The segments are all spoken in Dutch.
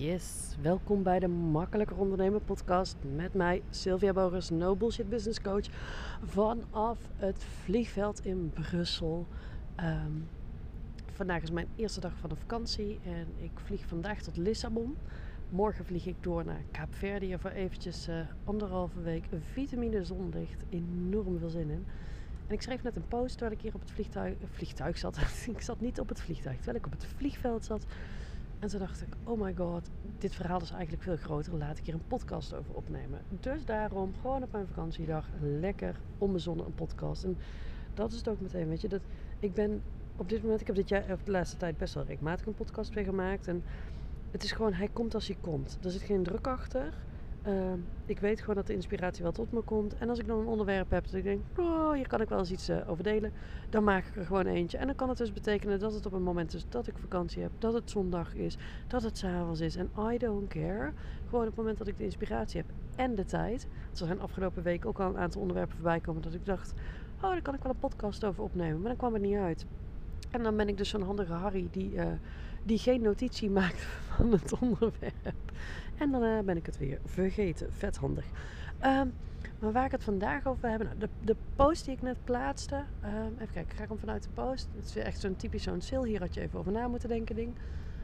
Yes, welkom bij de Makkelijker Ondernemen podcast met mij, Sylvia Bogers, No Bullshit Business Coach, vanaf het vliegveld in Brussel. Vandaag is mijn eerste dag van de vakantie en ik vlieg vandaag tot Lissabon. Morgen vlieg ik door naar Kaapverdië voor eventjes 1,5 week vitamine zonlicht. Enorm veel zin in. En ik schreef net een post terwijl ik hier op het vliegtuig zat. Ik zat niet op het vliegtuig, terwijl ik op het vliegveld zat. En toen dacht ik, oh my god, dit verhaal is eigenlijk veel groter. Laat ik hier een podcast over opnemen. Dus daarom, gewoon op mijn vakantiedag, lekker onbezonnen een podcast. En dat is het ook meteen, weet je. Dat ik ben op dit moment, ik heb dit jaar, of de laatste tijd best wel regelmatig een podcast weer gemaakt. En het is gewoon, hij komt als hij komt. Er zit geen druk achter. Ik weet gewoon dat de inspiratie wel tot me komt. En als ik dan een onderwerp heb dat ik denk, oh, hier kan ik wel eens iets over delen, dan maak ik er gewoon eentje. En dan kan het dus betekenen dat het op een moment is dat ik vakantie heb, dat het zondag is, dat het 's avonds is. En I don't care. Gewoon op het moment dat ik de inspiratie heb en de tijd. Er zijn afgelopen week ook al een aantal onderwerpen voorbij komen dat ik dacht, oh, daar kan ik wel een podcast over opnemen. Maar dan kwam het niet uit. En dan ben ik dus zo'n handige Harry die geen notitie maakt van het onderwerp. En dan ben ik het weer vergeten. Vet handig. Maar waar ik het vandaag over heb. Nou, de post die ik net plaatste. Even kijken, ga ik hem vanuit de post. Het is weer echt zo'n typisch zo'n sale. Hier had je even over na moeten denken ding.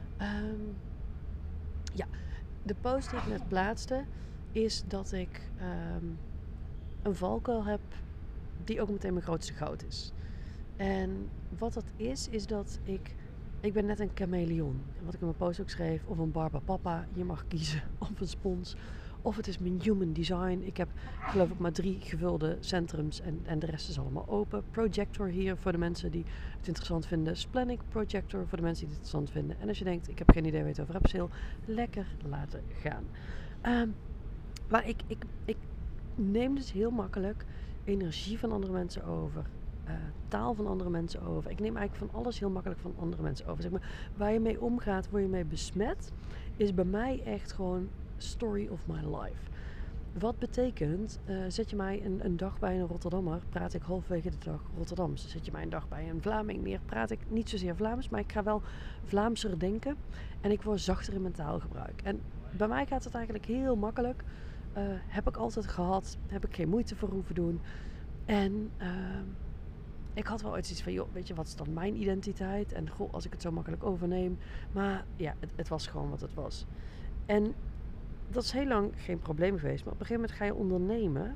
Ja, de post die ik net plaatste is dat ik een valkuil heb die ook meteen mijn grootste goud is. En wat dat is dat ik ben net een chameleon. Wat ik in mijn post ook schreef, of een Barbapapa, je mag kiezen, of een spons. Of het is mijn human design. Ik heb geloof ik maar 3 gevulde centrums en de rest is allemaal open. Projector hier voor de mensen die het interessant vinden. Splenic projector voor de mensen die het interessant vinden. En als je denkt, ik heb geen idee waar je het over hebt, Sil, lekker laten gaan. Maar ik neem dus heel makkelijk energie van andere mensen over. Taal van andere mensen over. Ik neem eigenlijk van alles heel makkelijk van andere mensen over. Zeg maar, waar je mee omgaat, waar je mee besmet, is bij mij echt gewoon story of my life. Wat betekent, zet je mij een dag bij een Rotterdammer, praat ik halverwege de dag Rotterdams. Zet je mij een dag bij een Vlaming neer, praat ik niet zozeer Vlaams, maar ik ga wel Vlaamser denken en ik word zachter in mijn taalgebruik. En bij mij gaat het eigenlijk heel makkelijk. Heb ik altijd gehad, heb ik geen moeite voor hoeven doen. En ik had wel iets van, joh, weet je, wat is dan mijn identiteit? En goh, als ik het zo makkelijk overneem. Maar ja, het was gewoon wat het was. En dat is heel lang geen probleem geweest. Maar op een gegeven moment ga je ondernemen.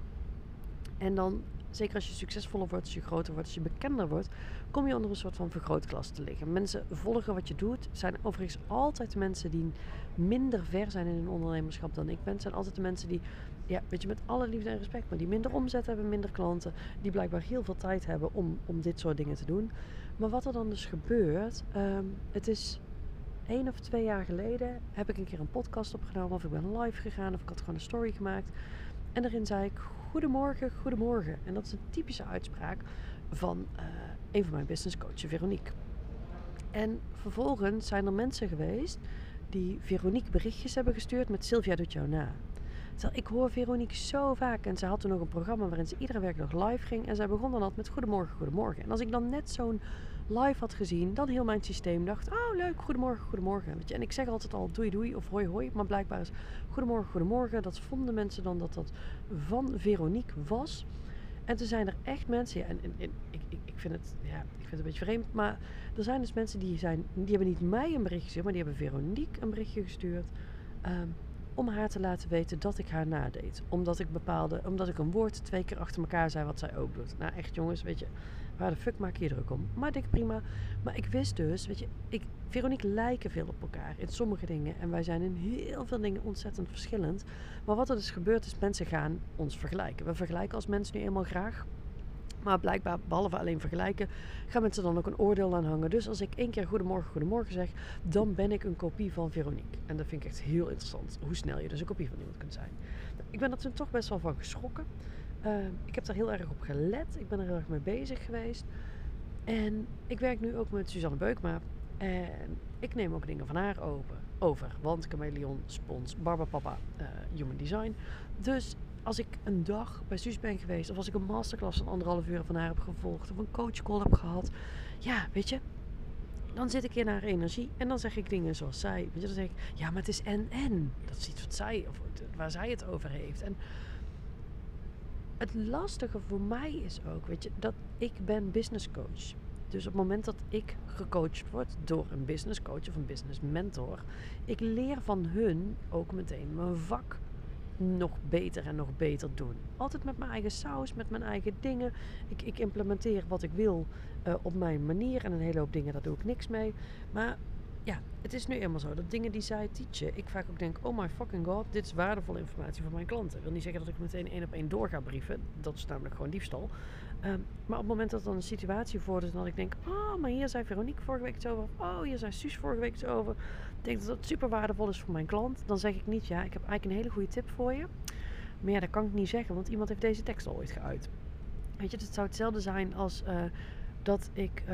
En dan, zeker als je succesvoller wordt, als je groter wordt, als je bekender wordt, kom je onder een soort van vergrootglas te liggen. Mensen volgen wat je doet. Zijn overigens altijd de mensen die minder ver zijn in hun ondernemerschap dan ik ben. Zijn altijd de mensen die, ja, weet je, met alle liefde en respect, maar die minder omzet hebben, minder klanten, die blijkbaar heel veel tijd hebben om dit soort dingen te doen. Maar wat er dan dus gebeurt, het is 1 of 2 jaar geleden heb ik een keer een podcast opgenomen, of ik ben live gegaan, of ik had gewoon een story gemaakt. En daarin zei ik, goedemorgen, goedemorgen. En dat is een typische uitspraak van een van mijn business coaches, Veronique. En vervolgens zijn er mensen geweest die Veronique berichtjes hebben gestuurd met Sylvia doet jou na. Terwijl ik hoor Veronique zo vaak. En ze had toen nog een programma waarin ze iedere werkdag live ging. En zij begon dan altijd met goedemorgen, goedemorgen. En als ik dan net zo'n live had gezien, dan heel mijn systeem dacht, oh leuk, goedemorgen, goedemorgen. Weet je? En ik zeg altijd al doei doei of hoi hoi. Maar blijkbaar is goedemorgen, goedemorgen. Dat vonden mensen dan dat van Veronique was. En toen zijn er echt mensen, ja, en ik vind het een beetje vreemd, maar er zijn dus mensen die hebben niet mij een berichtje gestuurd, maar die hebben Veronique een berichtje gestuurd. Om haar te laten weten dat ik haar nadeed. Omdat ik een woord 2 keer achter elkaar zei wat zij ook doet. Nou echt jongens, weet je, waar de fuck maak je druk om? Maar dik prima. Maar ik wist dus, weet je, Veronique lijken veel op elkaar in sommige dingen. En wij zijn in heel veel dingen ontzettend verschillend. Maar wat er dus gebeurt is, mensen gaan ons vergelijken. We vergelijken als mensen nu eenmaal graag. Maar blijkbaar, behalve alleen vergelijken, gaan mensen dan ook een oordeel aan hangen. Dus als ik 1 keer goedemorgen, goedemorgen zeg, dan ben ik een kopie van Veronique. En dat vind ik echt heel interessant, hoe snel je dus een kopie van iemand kunt zijn. Nou, ik ben er toen toch best wel van geschrokken. Ik heb daar heel erg op gelet. Ik ben er heel erg mee bezig geweest. En ik werk nu ook met Suzanne Beukma. En ik neem ook dingen van haar over. Want chameleon, spons, Barbapapa, human design. Dus als ik een dag bij Suus ben geweest, of als ik een masterclass van 1,5 uur van haar heb gevolgd, of een coachcall heb gehad, ja, weet je, Dan zit ik in haar energie en dan zeg ik dingen zoals zij. Weet je, dan zeg ik, ja, maar het is en. Dat is iets wat zij, of waar zij het over heeft. En het lastige voor mij is ook, weet je, dat ik ben business coach. Dus op het moment dat ik gecoacht word door een business coach of een business mentor, ik leer van hun ook meteen mijn vak nog beter en nog beter doen. Altijd met mijn eigen saus, met mijn eigen dingen. Ik implementeer wat ik wil op mijn manier. En een hele hoop dingen, daar doe ik niks mee. Maar ja, het is nu eenmaal zo dat dingen die zij teachen, ik vaak ook denk, oh my fucking god, dit is waardevolle informatie voor mijn klanten. Ik wil niet zeggen dat ik meteen 1-op-1 door ga brieven. Dat is namelijk gewoon diefstal. Maar op het moment dat dan een situatie voordoet, dan ik denk, oh, maar hier zei Veronique vorige week iets over. Oh, hier zei Suus vorige week iets over. Ik denk dat dat super waardevol is voor mijn klant. Dan zeg ik niet, ja, ik heb eigenlijk een hele goede tip voor je. Maar ja, dat kan ik niet zeggen, want iemand heeft deze tekst al ooit geuit. Weet je, het zou hetzelfde zijn als dat ik,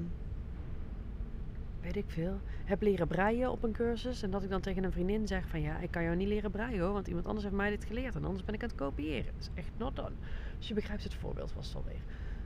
weet ik veel, heb leren breien op een cursus. En dat ik dan tegen een vriendin zeg van, ja, ik kan jou niet leren breien hoor, want iemand anders heeft mij dit geleerd. En anders ben ik aan het kopiëren. Dat is echt not done. Dus je begrijpt het voorbeeld vast alweer.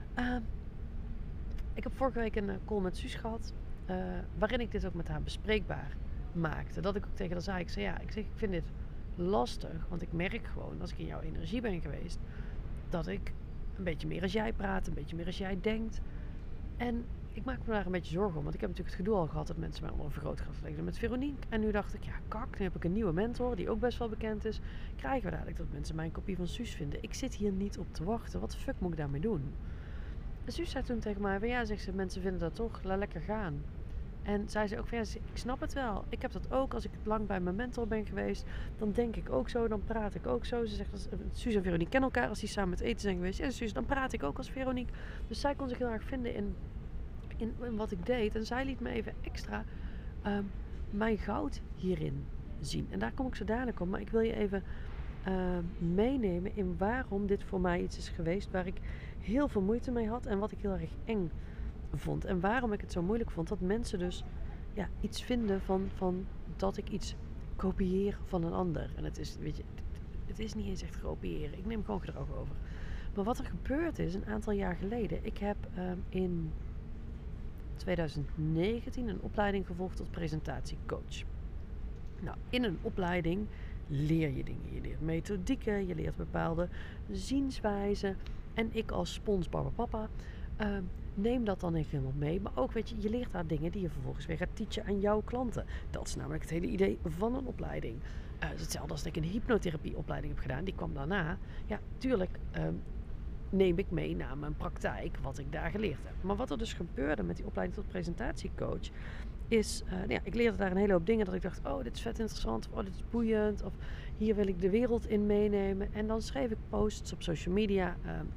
Ik heb vorige week een call met Suus gehad, waarin ik dit ook met haar bespreekbaar maakte. Dat ik ook tegen haar zei, ik vind dit lastig, want ik merk gewoon, als ik in jouw energie ben geweest, dat ik een beetje meer als jij praat, een beetje meer als jij denkt. En ik maak me daar een beetje zorgen om, want ik heb natuurlijk het gedoe al gehad dat mensen mij onder een vergrootglas legden met Veronique. En nu dacht ik, ja kak, nu heb ik een nieuwe mentor, die ook best wel bekend is. Krijgen we dadelijk dat mensen mijn kopie van Suus vinden? Ik zit hier niet op te wachten, wat de fuck moet ik daarmee doen? En Suus zei toen tegen mij, ja, zegt ze, mensen vinden dat toch, laat lekker gaan. En zei ze ook van, ja, ik snap het wel. Ik heb dat ook, als ik lang bij mijn mentor ben geweest, dan denk ik ook zo, dan praat ik ook zo. Ze zegt, Suus en Veronique kennen elkaar, als die samen met eten zijn geweest. Ja, Suus, dan praat ik ook als Veronique. Dus zij kon zich heel erg vinden in wat ik deed. En zij liet me even extra mijn goud hierin zien. En daar kom ik zo dadelijk op. Maar ik wil je even meenemen in waarom dit voor mij iets is geweest waar ik heel veel moeite mee had en wat ik heel erg eng vond. En waarom ik het zo moeilijk vond dat mensen dus iets vinden van dat ik iets kopieer van een ander. En het is, weet je, het is niet eens echt kopiëren. Ik neem gewoon gedrag over. Maar wat er gebeurd is, een aantal jaar geleden. Ik heb in 2019 een opleiding gevolgd tot presentatiecoach. Nou, in een opleiding leer je dingen. Je leert methodieken, je leert bepaalde zienswijzen. En ik als spons papa neem dat dan even helemaal mee. Maar ook, weet je, je leert daar dingen die je vervolgens weer gaat teachen aan jouw klanten. Dat is namelijk het hele idee van een opleiding. Het is hetzelfde als dat ik een hypnotherapieopleiding heb gedaan. Die kwam daarna. Ja, tuurlijk neem ik mee naar mijn praktijk wat ik daar geleerd heb. Maar wat er dus gebeurde met die opleiding tot presentatiecoach is, ik leerde daar een hele hoop dingen dat ik dacht, oh, dit is vet interessant, of oh, dit is boeiend, of hier wil ik de wereld in meenemen. En dan schreef ik posts op social media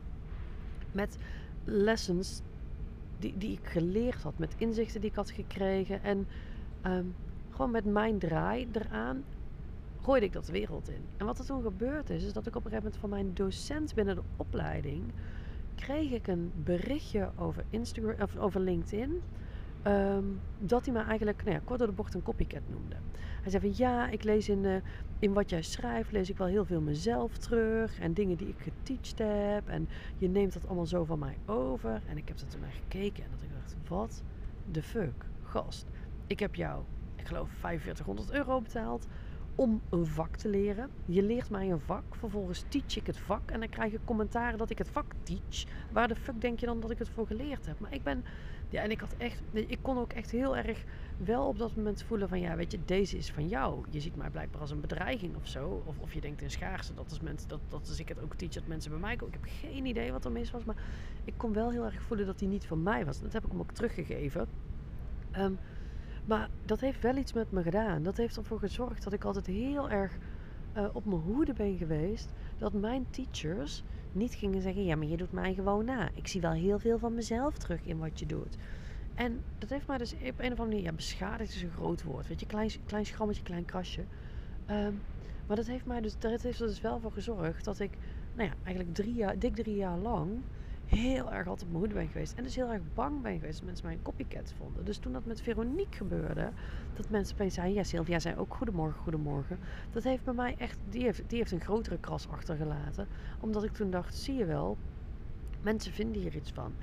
met lessons die ik geleerd had, met inzichten die ik had gekregen. En gewoon met mijn draai eraan gooide ik dat de wereld in. En wat er toen gebeurd is dat ik op een gegeven moment van mijn docent binnen de opleiding kreeg ik een berichtje over Instagram of over LinkedIn. Dat hij me eigenlijk kort door de bocht een copycat noemde. Hij zei van ja, ik lees in wat jij schrijft, lees ik wel heel veel mezelf terug. En dingen die ik geteacht heb. En je neemt dat allemaal zo van mij over. En ik heb er toen naar gekeken en dat ik dacht, wat de fuck, gast. Ik heb jou, ik geloof 4500 euro betaald om een vak te leren. Je leert mij een vak, vervolgens teach ik het vak en dan krijg je commentaren dat ik het vak teach. Waar de fuck denk je dan dat ik het voor geleerd heb? Maar ik kon ook echt heel erg wel op dat moment voelen van ja, weet je, deze is van jou. Je ziet mij blijkbaar als een bedreiging of zo. Of je denkt in schaarste, dat als ik het ook teach, dat mensen bij mij komen. Ik heb geen idee wat er mis was, maar ik kon wel heel erg voelen dat die niet van mij was. En dat heb ik hem ook teruggegeven. Maar dat heeft wel iets met me gedaan. Dat heeft ervoor gezorgd dat ik altijd heel erg op mijn hoede ben geweest. Dat mijn teachers niet gingen zeggen, ja, maar je doet mij gewoon na. Ik zie wel heel veel van mezelf terug in wat je doet. En dat heeft mij dus op een of andere manier, beschadigd is een groot woord. Weet je, klein schrammetje, klein krasje. Maar dat heeft er dus wel voor gezorgd dat ik, eigenlijk dik 3 jaar lang heel erg altijd op mijn hoede ben geweest. En dus heel erg bang ben geweest dat mensen mij een copycat vonden. Dus toen dat met Veronique gebeurde, dat mensen opeens zeiden, ja, Sylvia zei ook goedemorgen. Dat heeft bij mij echt, die heeft een grotere kras achtergelaten. Omdat ik toen dacht, zie je wel, mensen vinden hier iets van. En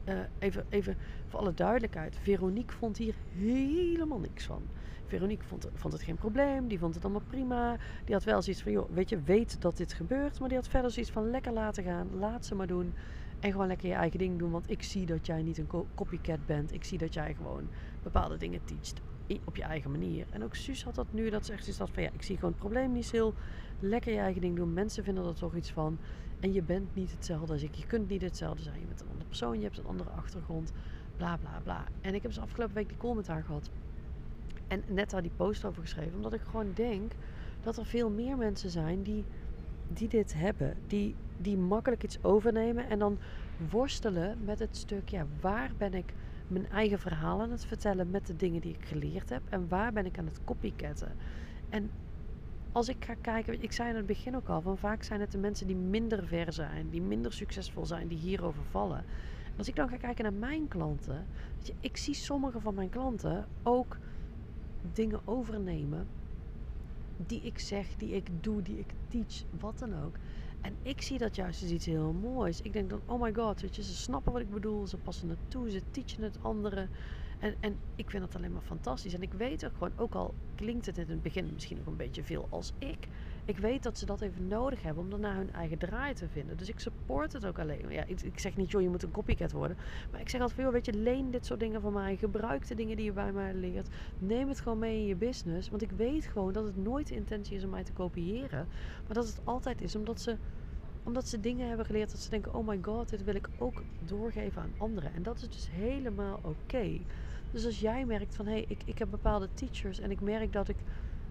even voor alle duidelijkheid. Veronique vond hier helemaal niks van. Veronique vond het geen probleem. Die vond het allemaal prima. Die had wel zoiets van, joh, weet dat dit gebeurt. Maar die had verder zoiets van, lekker laten gaan. Laat ze maar doen. En gewoon lekker je eigen ding doen. Want ik zie dat jij niet een copycat bent. Ik zie dat jij gewoon bepaalde dingen teacht. Op je eigen manier. En ook Suus had dat nu. Dat ze echt zoiets had van, ja, ik zie gewoon het probleem niet, Sil. Lekker je eigen ding doen. Mensen vinden er toch iets van. En je bent niet hetzelfde als ik. Je kunt niet hetzelfde zijn. Je bent een andere persoon. Je hebt een andere achtergrond. Bla, bla, bla. En ik heb dus afgelopen week die call met haar gehad. En net daar die post over geschreven. Omdat ik gewoon denk dat er veel meer mensen zijn die dit hebben. Die makkelijk iets overnemen. En dan worstelen met het stuk. Ja, waar ben ik mijn eigen verhaal aan het vertellen met de dingen die ik geleerd heb. En waar ben ik aan het copycatten. En als ik ga kijken, ik zei in het begin ook al, van vaak zijn het de mensen die minder ver zijn, die minder succesvol zijn, die hierover vallen. En als ik dan ga kijken naar mijn klanten, weet je, ik zie sommige van mijn klanten ook dingen overnemen die ik zeg, die ik doe, die ik teach, wat dan ook. En ik zie dat juist als iets heel moois. Ik denk dan, oh my god, weet je, ze snappen wat ik bedoel, ze passen het toe, ze teachen het anderen. En ik vind dat alleen maar fantastisch. En ik weet ook gewoon, ook al klinkt het in het begin misschien nog een beetje veel als ik weet dat ze dat even nodig hebben om daarna hun eigen draai te vinden. Dus ik support het ook alleen. Ja, ik zeg niet, joh, je moet een copycat worden. Maar ik zeg altijd, joh, weet je, leen dit soort dingen van mij. Gebruik de dingen die je bij mij leert. Neem het gewoon mee in je business. Want ik weet gewoon dat het nooit de intentie is om mij te kopiëren. Maar dat het altijd is omdat ze dingen hebben geleerd dat ze denken, oh my god, dit wil ik ook doorgeven aan anderen. En dat is dus helemaal oké. Dus als jij merkt van, hé, ik heb bepaalde teachers en ik merk dat ik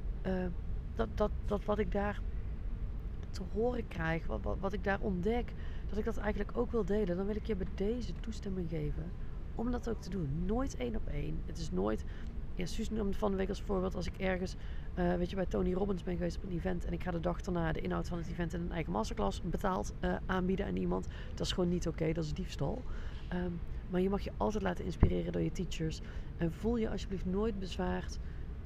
dat wat ik daar te horen krijg, wat ik daar ontdek, dat ik dat eigenlijk ook wil delen, dan wil ik je bij deze toestemming geven om dat ook te doen. Nooit 1 op 1. Het is nooit... Ja, Suus nam van de week als voorbeeld, als ik ergens, bij Tony Robbins ben geweest op een event en ik ga de dag daarna de inhoud van het event in een eigen masterclass betaald aanbieden aan iemand. Dat is gewoon niet oké, dat is diefstal. Maar je mag je altijd laten inspireren door je teachers. En voel je alsjeblieft nooit bezwaard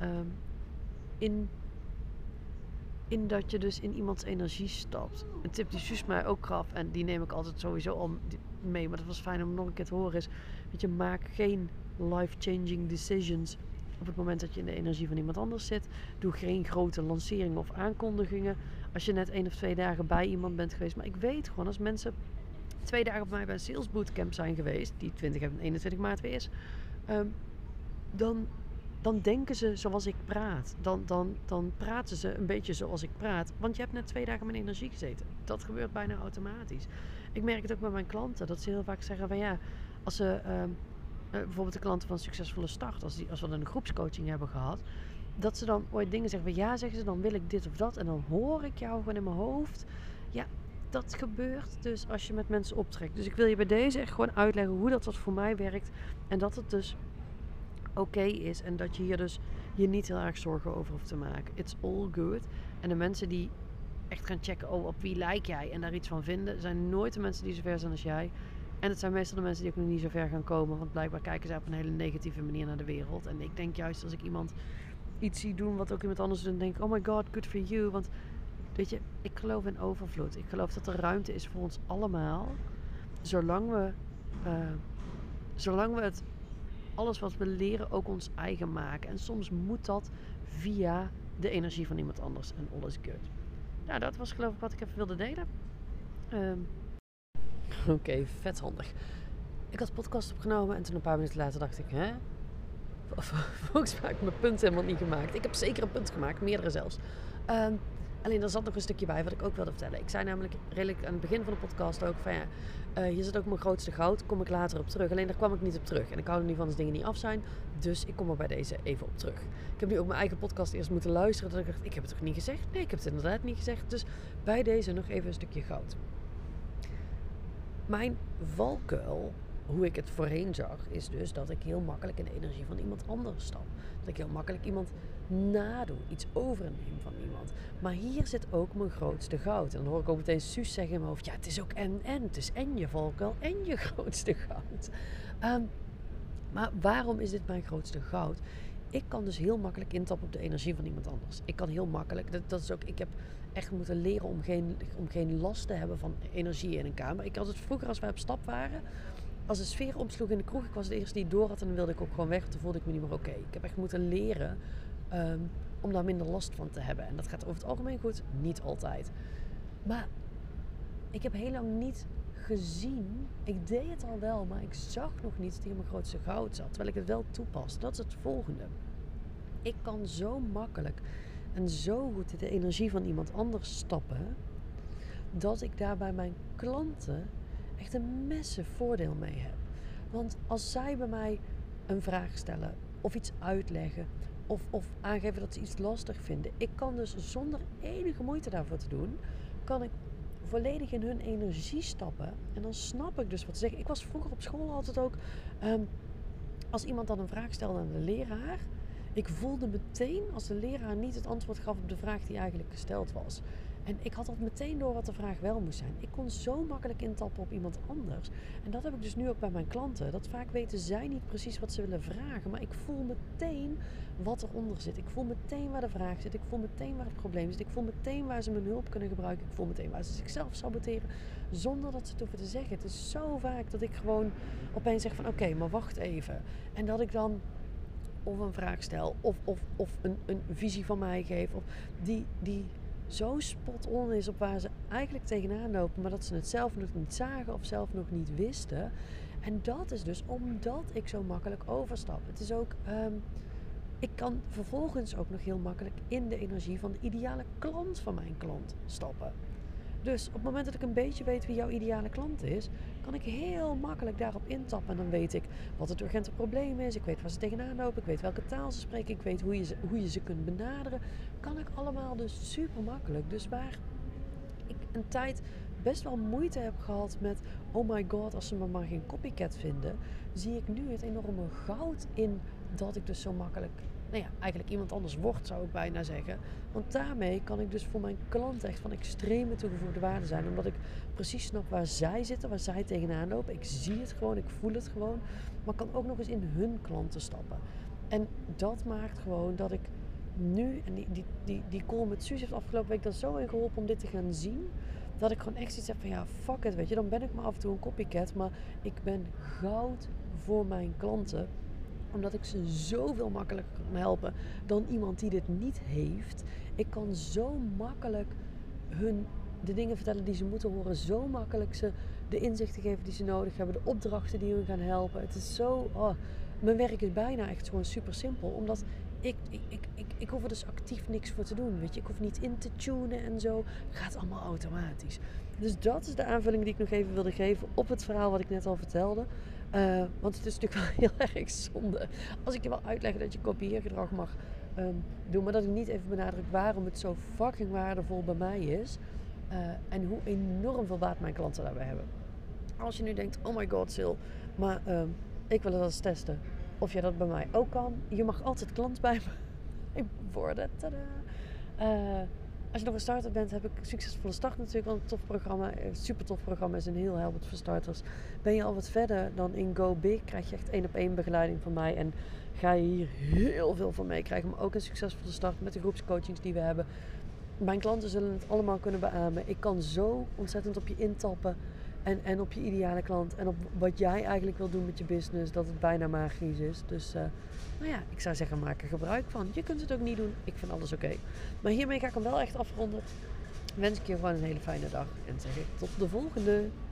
in dat je dus in iemands energie stapt. Een tip die Suus mij ook gaf, en die neem ik altijd sowieso al mee, maar dat was fijn om nog een keer te horen, is, weet je, maak geen life-changing decisions op het moment dat je in de energie van iemand anders zit. Doe geen grote lanceringen of aankondigingen als je net 1 of 2 dagen bij iemand bent geweest. Maar ik weet gewoon, als mensen 2 dagen bij mij bij een sales bootcamp zijn geweest, die 20 en 21 maart weer is, dan denken ze zoals ik praat. Dan praten ze een beetje zoals ik praat. Want je hebt net 2 dagen met energie gezeten. Dat gebeurt bijna automatisch. Ik merk het ook bij mijn klanten. Dat ze heel vaak zeggen van, ja, als ze bijvoorbeeld de klanten van Succesvolle Start, als we dan een groepscoaching hebben gehad, dat ze dan ooit dingen zeggen van, ja, zeggen ze, dan wil ik dit of dat. En dan hoor ik jou gewoon in mijn hoofd. Ja, dat gebeurt dus als je met mensen optrekt. Dus ik wil je bij deze echt gewoon uitleggen hoe dat voor mij werkt. En dat het dus oké is. En dat je hier dus je niet heel erg zorgen over hoeft te maken. It's all good. En de mensen die echt gaan checken, oh, op wie lijk jij? En daar iets van vinden, zijn nooit de mensen die zo ver zijn als jij. En het zijn meestal de mensen die ook nog niet zo ver gaan komen. Want blijkbaar kijken ze op een hele negatieve manier naar de wereld. En ik denk juist als ik iemand iets zie doen wat ook iemand anders doet, dan denk ik, oh my god, good for you. Want weet je, ik geloof in overvloed. Ik geloof dat er ruimte is voor ons allemaal. Zolang we het, alles wat we leren, ook ons eigen maken. En soms moet dat via de energie van iemand anders. En all is good. Nou, dat was geloof ik wat ik even wilde delen. Oké, vet handig. Ik had de podcast opgenomen en toen een paar minuten later dacht ik, volgens mij heb ik mijn punt helemaal niet gemaakt. Ik heb zeker een punt gemaakt, meerdere zelfs. Alleen er zat nog een stukje bij wat ik ook wilde vertellen. Ik zei namelijk redelijk aan het begin van de podcast ook van, hier zit ook mijn grootste goud, kom ik later op terug. Alleen daar kwam ik niet op terug. En ik hou er niet van als dingen niet af zijn. Dus ik kom er bij deze even op terug. Ik heb nu ook mijn eigen podcast eerst moeten luisteren. Dat ik dacht, ik heb het toch niet gezegd? Nee, ik heb het inderdaad niet gezegd. Dus bij deze nog even een stukje goud. Mijn valkuil, hoe ik het voorheen zag, is dus dat ik heel makkelijk in de energie van iemand anders stap. Dat ik heel makkelijk iemand nadoe, iets overneem van iemand. Maar hier zit ook mijn grootste goud. En dan hoor ik ook meteen Suus zeggen in mijn hoofd, ja, het is ook en. Het is en je valkuil en je grootste goud. Maar waarom is dit mijn grootste goud? Ik kan dus heel makkelijk intappen op de energie van iemand anders. Ik kan heel makkelijk, dat is ook, ik heb echt moeten leren om geen last te hebben van energie in een kamer. Ik had het vroeger, als wij op stap waren, als de sfeer omsloeg in de kroeg, ik was de eerste die het door had en dan wilde ik ook gewoon weg. Toen voelde ik me niet meer oké. Ik heb echt moeten leren om daar minder last van te hebben. En dat gaat over het algemeen goed, niet altijd. Maar ik heb heel lang niet gezien. Ik deed het al wel, maar ik zag nog niet dat hier mijn grootste goud zat. Terwijl ik het wel toepas. Dat is het volgende. Ik kan zo makkelijk en zo goed in de energie van iemand anders stappen, dat ik daar bij mijn klanten echt een massive voordeel mee heb. Want als zij bij mij een vraag stellen of iets uitleggen of aangeven dat ze iets lastig vinden, ik kan dus zonder enige moeite daarvoor te doen, kan ik volledig in hun energie stappen en dan snap ik dus wat ze zeggen. Ik was vroeger op school altijd ook, als iemand dan een vraag stelde aan de leraar, ik voelde meteen als de leraar niet het antwoord gaf op de vraag die eigenlijk gesteld was. En ik had al meteen door wat de vraag wel moest zijn. Ik kon zo makkelijk intappen op iemand anders. En dat heb ik dus nu ook bij mijn klanten. Dat vaak weten zij niet precies wat ze willen vragen. Maar ik voel meteen wat eronder zit. Ik voel meteen waar de vraag zit. Ik voel meteen waar het probleem zit. Ik voel meteen waar ze mijn hulp kunnen gebruiken. Ik voel meteen waar ze zichzelf saboteren. Zonder dat ze het hoeven te zeggen. Het is zo vaak dat ik gewoon opeens zeg van oké, maar wacht even. En dat ik dan of een vraag stel of een visie van mij geef. Of die zo spot on is op waar ze eigenlijk tegenaan lopen, maar dat ze het zelf nog niet zagen of zelf nog niet wisten. En dat is dus omdat ik zo makkelijk overstap. Het is ook, ik kan vervolgens ook nog heel makkelijk in de energie van de ideale klant van mijn klant stappen. Dus op het moment dat ik een beetje weet wie jouw ideale klant is, kan ik heel makkelijk daarop intappen. En dan weet ik wat het urgente probleem is. Ik weet waar ze tegenaan lopen. Ik weet welke taal ze spreken. Ik weet hoe je ze kunt benaderen. Kan ik allemaal dus super makkelijk. Dus waar ik een tijd best wel moeite heb gehad met oh my god, als ze me maar geen copycat vinden, zie ik nu het enorme goud in dat ik dus zo makkelijk eigenlijk iemand anders word, zou ik bijna zeggen. Want daarmee kan ik dus voor mijn klant echt van extreme toegevoegde waarde zijn. Omdat ik precies snap waar zij zitten, waar zij tegenaan lopen. Ik zie het gewoon, ik voel het gewoon. Maar kan ook nog eens in hun klanten stappen. En dat maakt gewoon dat ik nu, en die call met Suus heeft afgelopen week dan zo in geholpen om dit te gaan zien. Dat ik gewoon echt zoiets heb van ja, fuck it, weet je. Dan ben ik maar af en toe een copycat. Maar ik ben goud voor mijn klanten. Omdat ik ze zoveel makkelijker kan helpen dan iemand die dit niet heeft. Ik kan zo makkelijk hun de dingen vertellen die ze moeten horen. Zo makkelijk ze de inzichten geven die ze nodig hebben. De opdrachten die hun gaan helpen. Het is zo... mijn werk is bijna echt gewoon super simpel. Omdat ik hoef er dus actief niks voor te doen. Weet je? Ik hoef niet in te tunen en zo. Het gaat allemaal automatisch. Dus dat is de aanvulling die ik nog even wilde geven op het verhaal wat ik net al vertelde. Want het is natuurlijk wel heel erg zonde als ik je wil uitleggen dat je kopieergedrag mag doen, maar dat ik niet even benadruk waarom het zo fucking waardevol bij mij is en hoe enorm veel baat mijn klanten daarbij hebben. Als je nu denkt, oh my god Sil, maar ik wil het eens testen of jij dat bij mij ook kan. Je mag altijd klant bij me worden. Tadaa. Als je nog een starter bent, heb ik Succesvolle Start natuurlijk al een tof programma. Een super tof programma, is een heel helpend voor starters. Ben je al wat verder dan in Go Big, krijg je echt 1-op-1 begeleiding van mij. En ga je hier heel veel van meekrijgen. Maar ook een Succesvolle Start met de groepscoachings die we hebben. Mijn klanten zullen het allemaal kunnen beamen. Ik kan zo ontzettend op je intappen. En op je ideale klant. En op wat jij eigenlijk wil doen met je business. Dat het bijna magisch is. Dus ik zou zeggen, maak er gebruik van. Je kunt het ook niet doen. Ik vind alles oké. Maar hiermee ga ik hem wel echt afronden. Wens ik je gewoon een hele fijne dag. En zeg ik tot de volgende.